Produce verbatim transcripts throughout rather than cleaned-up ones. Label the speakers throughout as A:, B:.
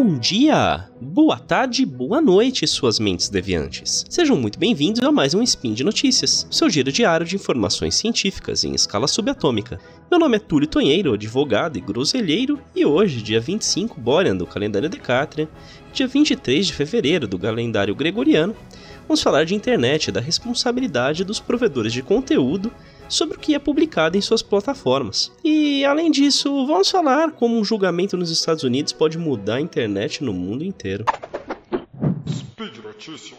A: Bom dia, boa tarde, boa noite, suas mentes deviantes. Sejam muito bem-vindos a mais um Spin de Notícias, seu giro diário de informações científicas em escala subatômica. Meu nome é Túlio Tonheiro, advogado e groselheiro, e hoje, dia vinte e cinco Borean do calendário Decatrian, dia vinte e três de fevereiro do calendário Gregoriano, vamos falar de internet e da responsabilidade dos provedores de conteúdo sobre o que é publicado em suas plataformas. E, além disso, vamos falar como um julgamento nos Estados Unidos pode mudar a internet no mundo inteiro.
B: Speed Notícias.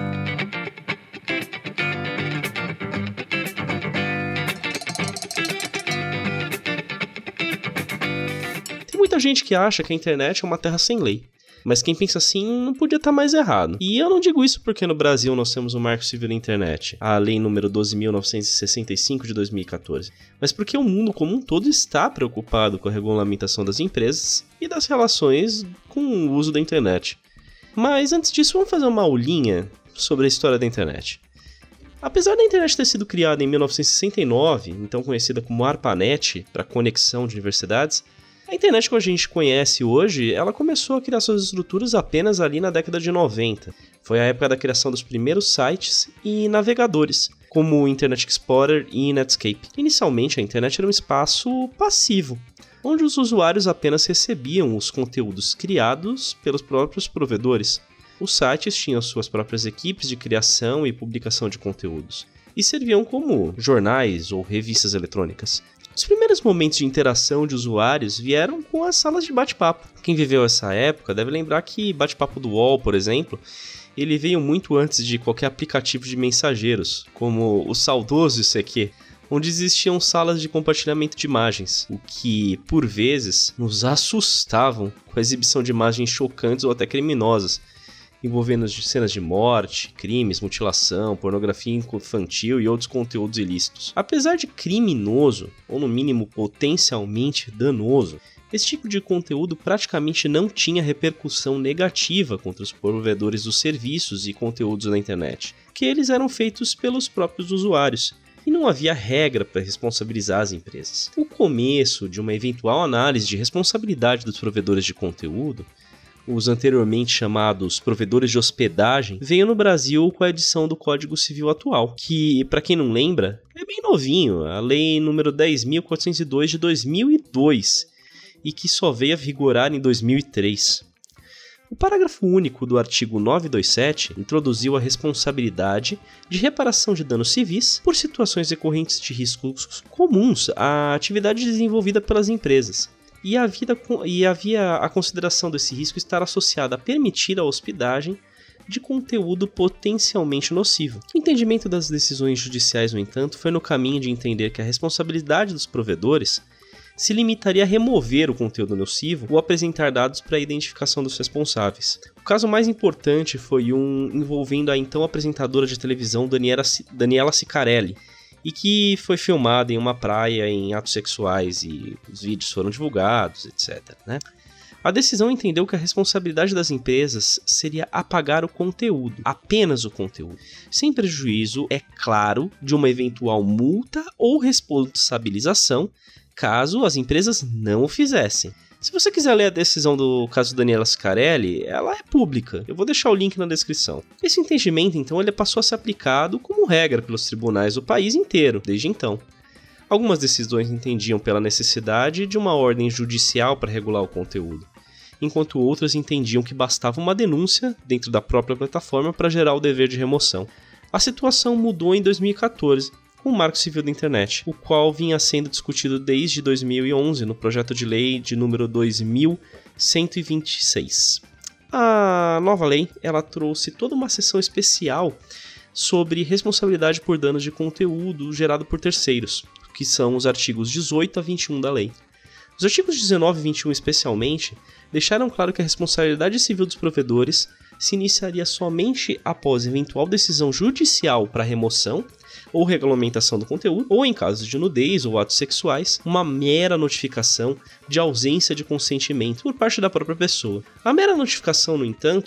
A: Tem muita gente que acha que a internet é uma terra sem lei. Mas quem pensa assim não podia estar mais errado. E eu não digo isso porque no Brasil nós temos o Marco Civil da Internet, a Lei número doze mil novecentos e sessenta e cinco de dois mil e quatorze, mas porque o mundo como um todo está preocupado com a regulamentação das empresas e das relações com o uso da internet. Mas antes disso, vamos fazer uma aulinha sobre a história da internet. Apesar da internet ter sido criada em mil novecentos e sessenta e nove, então conhecida como ARPANET, para conexão de universidades, a internet que a gente conhece hoje, ela começou a criar suas estruturas apenas ali na década de noventa. Foi a época da criação dos primeiros sites e navegadores, como o Internet Explorer e Netscape. Inicialmente, a internet era um espaço passivo, onde os usuários apenas recebiam os conteúdos criados pelos próprios provedores. Os sites tinham suas próprias equipes de criação e publicação de conteúdos, e serviam como jornais ou revistas eletrônicas. Os primeiros momentos de interação de usuários vieram com as salas de bate-papo. Quem viveu essa época deve lembrar que bate-papo do U O L, por exemplo, ele veio muito antes de qualquer aplicativo de mensageiros, como o saudoso I C Q, onde existiam salas de compartilhamento de imagens, o que, por vezes, nos assustavam com a exibição de imagens chocantes ou até criminosas, envolvendo cenas de morte, crimes, mutilação, pornografia infantil e outros conteúdos ilícitos. Apesar de criminoso, ou no mínimo potencialmente danoso, esse tipo de conteúdo praticamente não tinha repercussão negativa contra os provedores dos serviços e conteúdos na internet, porque eles eram feitos pelos próprios usuários, e não havia regra para responsabilizar as empresas. O começo de uma eventual análise de responsabilidade dos provedores de conteúdo, os anteriormente chamados provedores de hospedagem, veio no Brasil com a edição do Código Civil atual, que, para quem não lembra, é bem novinho, a Lei número dez mil quatrocentos e dois de dois mil e dois, e que só veio a vigorar em dois mil e três. O parágrafo único do artigo novecentos e vinte e sete introduziu a responsabilidade de reparação de danos civis por situações decorrentes de riscos comuns à atividade desenvolvida pelas empresas. E havia, e havia a consideração desse risco estar associada a permitir a hospedagem de conteúdo potencialmente nocivo. O entendimento das decisões judiciais, no entanto, foi no caminho de entender que a responsabilidade dos provedores se limitaria a remover o conteúdo nocivo ou apresentar dados para a identificação dos responsáveis. O caso mais importante foi um envolvendo a então apresentadora de televisão Daniela, Daniela Ciccarelli, e que foi filmado em uma praia em atos sexuais e os vídeos foram divulgados, etcétera, né? A decisão entendeu que a responsabilidade das empresas seria apagar o conteúdo, apenas o conteúdo, sem prejuízo, é claro, de uma eventual multa ou responsabilização caso as empresas não o fizessem. Se você quiser ler a decisão do caso Daniela Ciccarelli, ela é pública. Eu vou deixar o link na descrição. Esse entendimento, então, ele passou a ser aplicado como regra pelos tribunais do país inteiro, desde então. Algumas decisões entendiam pela necessidade de uma ordem judicial para regular o conteúdo, enquanto outras entendiam que bastava uma denúncia dentro da própria plataforma para gerar o dever de remoção. A situação mudou em dois mil e quatorze, com o Marco Civil da Internet, o qual vinha sendo discutido desde dois mil e onze no projeto de lei de número dois mil cento e vinte e seis. A nova lei, ela trouxe toda uma seção especial sobre responsabilidade por danos de conteúdo gerado por terceiros, que são os artigos dezoito a vinte e um da lei. Os artigos dezenove e vinte e um especialmente deixaram claro que a responsabilidade civil dos provedores se iniciaria somente após eventual decisão judicial para remoção ou regulamentação do conteúdo, ou em casos de nudez ou atos sexuais, uma mera notificação de ausência de consentimento por parte da própria pessoa. A mera notificação, no entanto, acabou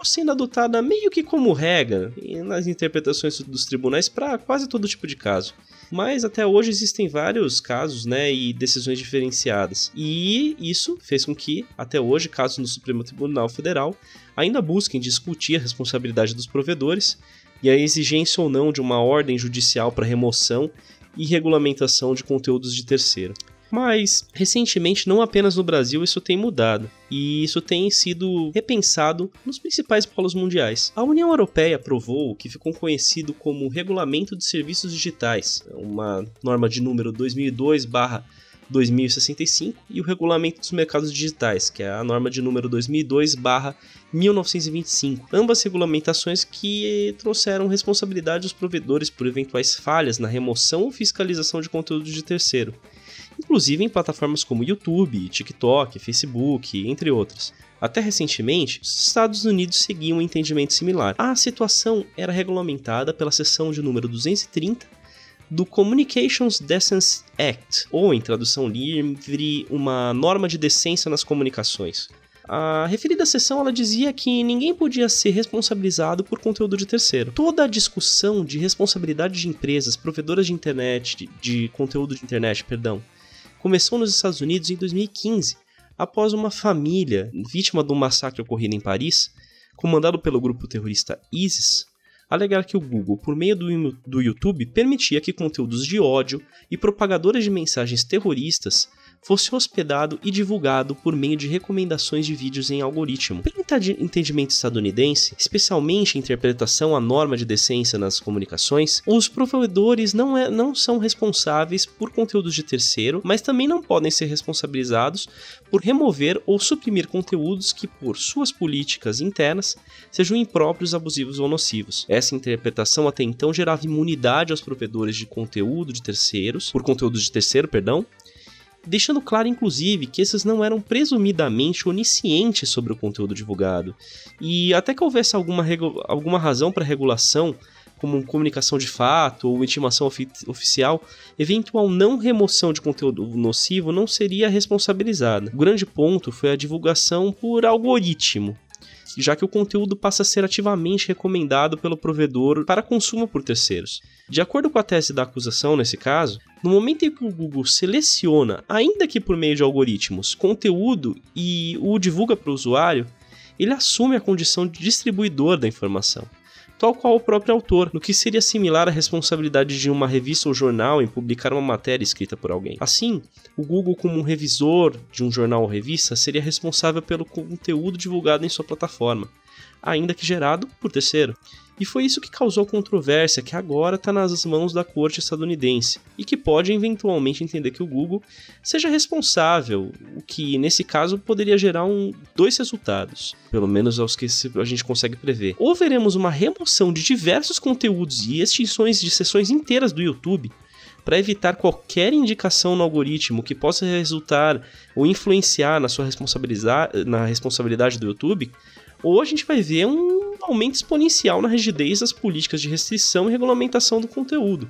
A: acabou sendo adotada meio que como regra nas interpretações dos tribunais para quase todo tipo de caso. Mas até hoje existem vários casos, né, e decisões diferenciadas. E isso fez com que, até hoje, casos no Supremo Tribunal Federal ainda busquem discutir a responsabilidade dos provedores e a exigência ou não de uma ordem judicial para remoção e regulamentação de conteúdos de terceiro. Mas, recentemente, não apenas no Brasil, isso tem mudado, e isso tem sido repensado nos principais polos mundiais. A União Europeia aprovou o que ficou conhecido como Regulamento de Serviços Digitais, uma norma de número dois mil e dois barra dois mil e sessenta e cinco, e o Regulamento dos Mercados Digitais, que é a norma de número dois mil e dois barra mil novecentos e vinte e cinco. Ambas regulamentações que trouxeram responsabilidade aos provedores por eventuais falhas na remoção ou fiscalização de conteúdo de terceiro, inclusive em plataformas como YouTube, TikTok, Facebook, entre outras. Até recentemente, os Estados Unidos seguiam um entendimento similar. A situação era regulamentada pela seção de número duzentos e trinta do Communications Decency Act, ou, em tradução livre, uma norma de decência nas comunicações. A referida seção ela dizia que ninguém podia ser responsabilizado por conteúdo de terceiro. Toda a discussão de responsabilidade de empresas provedoras de internet, de, de conteúdo de internet, perdão, começou nos Estados Unidos em dois mil e quinze, após uma família vítima de um massacre ocorrido em Paris, comandado pelo grupo terrorista ISIS, alegar que o Google, por meio do, do YouTube, permitia que conteúdos de ódio e propagadores de mensagens terroristas fosse hospedado e divulgado por meio de recomendações de vídeos em algoritmo. Pelo entendimento estadunidense, especialmente em interpretação à norma de decência nas comunicações, os provedores não, é, não são responsáveis por conteúdos de terceiro, mas também não podem ser responsabilizados por remover ou suprimir conteúdos que, por suas políticas internas, sejam impróprios, abusivos ou nocivos. Essa interpretação até então gerava imunidade aos provedores de conteúdo de terceiros, por conteúdos de terceiro, perdão, deixando claro, inclusive, que esses não eram presumidamente oniscientes sobre o conteúdo divulgado. E até que houvesse alguma, alguma razão para regulação, como comunicação de fato ou intimação ofi- oficial, eventual não remoção de conteúdo nocivo não seria responsabilizada. O grande ponto foi a divulgação por algoritmo, já que o conteúdo passa a ser ativamente recomendado pelo provedor para consumo por terceiros. De acordo com a tese da acusação nesse caso, no momento em que o Google seleciona, ainda que por meio de algoritmos, conteúdo e o divulga para o usuário, ele assume a condição de distribuidor da informação, tal qual o próprio autor, no que seria similar à responsabilidade de uma revista ou jornal em publicar uma matéria escrita por alguém. Assim, o Google, como um revisor de um jornal ou revista, seria responsável pelo conteúdo divulgado em sua plataforma, ainda que gerado por terceiro. E foi isso que causou controvérsia que agora está nas mãos da corte estadunidense, e que pode eventualmente entender que o Google seja responsável, o que nesse caso poderia gerar um, dois resultados, pelo menos aos que a gente consegue prever. Ou veremos uma remoção de diversos conteúdos e extinções de sessões inteiras do YouTube, para evitar qualquer indicação no algoritmo que possa resultar ou influenciar na sua responsabilidade, na responsabilidade do YouTube, ou a gente vai ver um aumento exponencial na rigidez das políticas de restrição e regulamentação do conteúdo.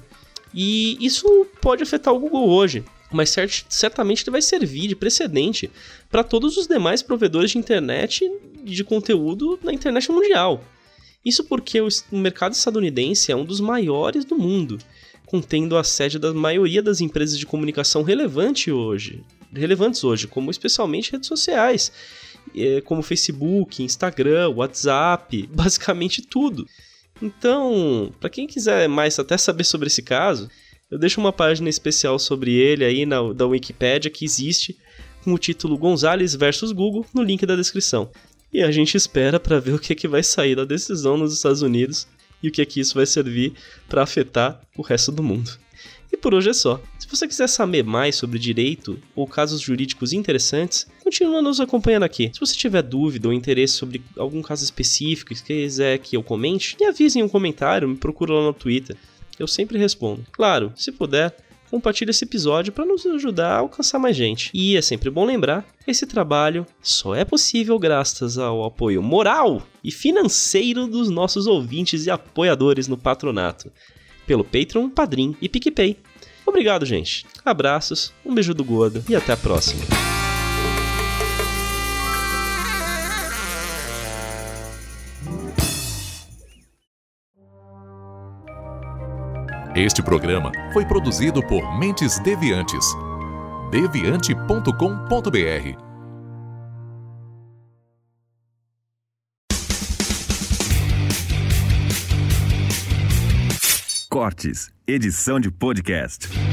A: E isso pode afetar o Google hoje, mas cert- certamente ele vai servir de precedente para todos os demais provedores de internet e de conteúdo na internet mundial. Isso porque o mercado estadunidense é um dos maiores do mundo, contendo a sede da maioria das empresas de comunicação relevante hoje, relevantes hoje, como especialmente redes sociais, como Facebook, Instagram, WhatsApp, basicamente tudo. Então, para quem quiser mais até saber sobre esse caso, eu deixo uma página especial sobre ele aí na, da Wikipédia que existe, com o título Gonzalez versus Google no link da descrição. E a gente espera para ver o que, é que vai sair da decisão nos Estados Unidos e o que é que isso vai servir para afetar o resto do mundo. E por hoje é só. Se você quiser saber mais sobre direito ou casos jurídicos interessantes, continua nos acompanhando aqui. Se você tiver dúvida ou interesse sobre algum caso específico e quiser que eu comente, me avise em um comentário, me procura lá no Twitter. Eu sempre respondo. Claro, se puder, compartilhe esse episódio para nos ajudar a alcançar mais gente. E é sempre bom lembrar, esse trabalho só é possível graças ao apoio moral e financeiro dos nossos ouvintes e apoiadores no patronato, pelo Patreon, Padrim e PicPay. Obrigado, gente. Abraços, um beijo do gordo e até a próxima.
C: Este programa foi produzido por Mentes Deviantes. deviante ponto com ponto b r.
D: Cortes, edição de podcast.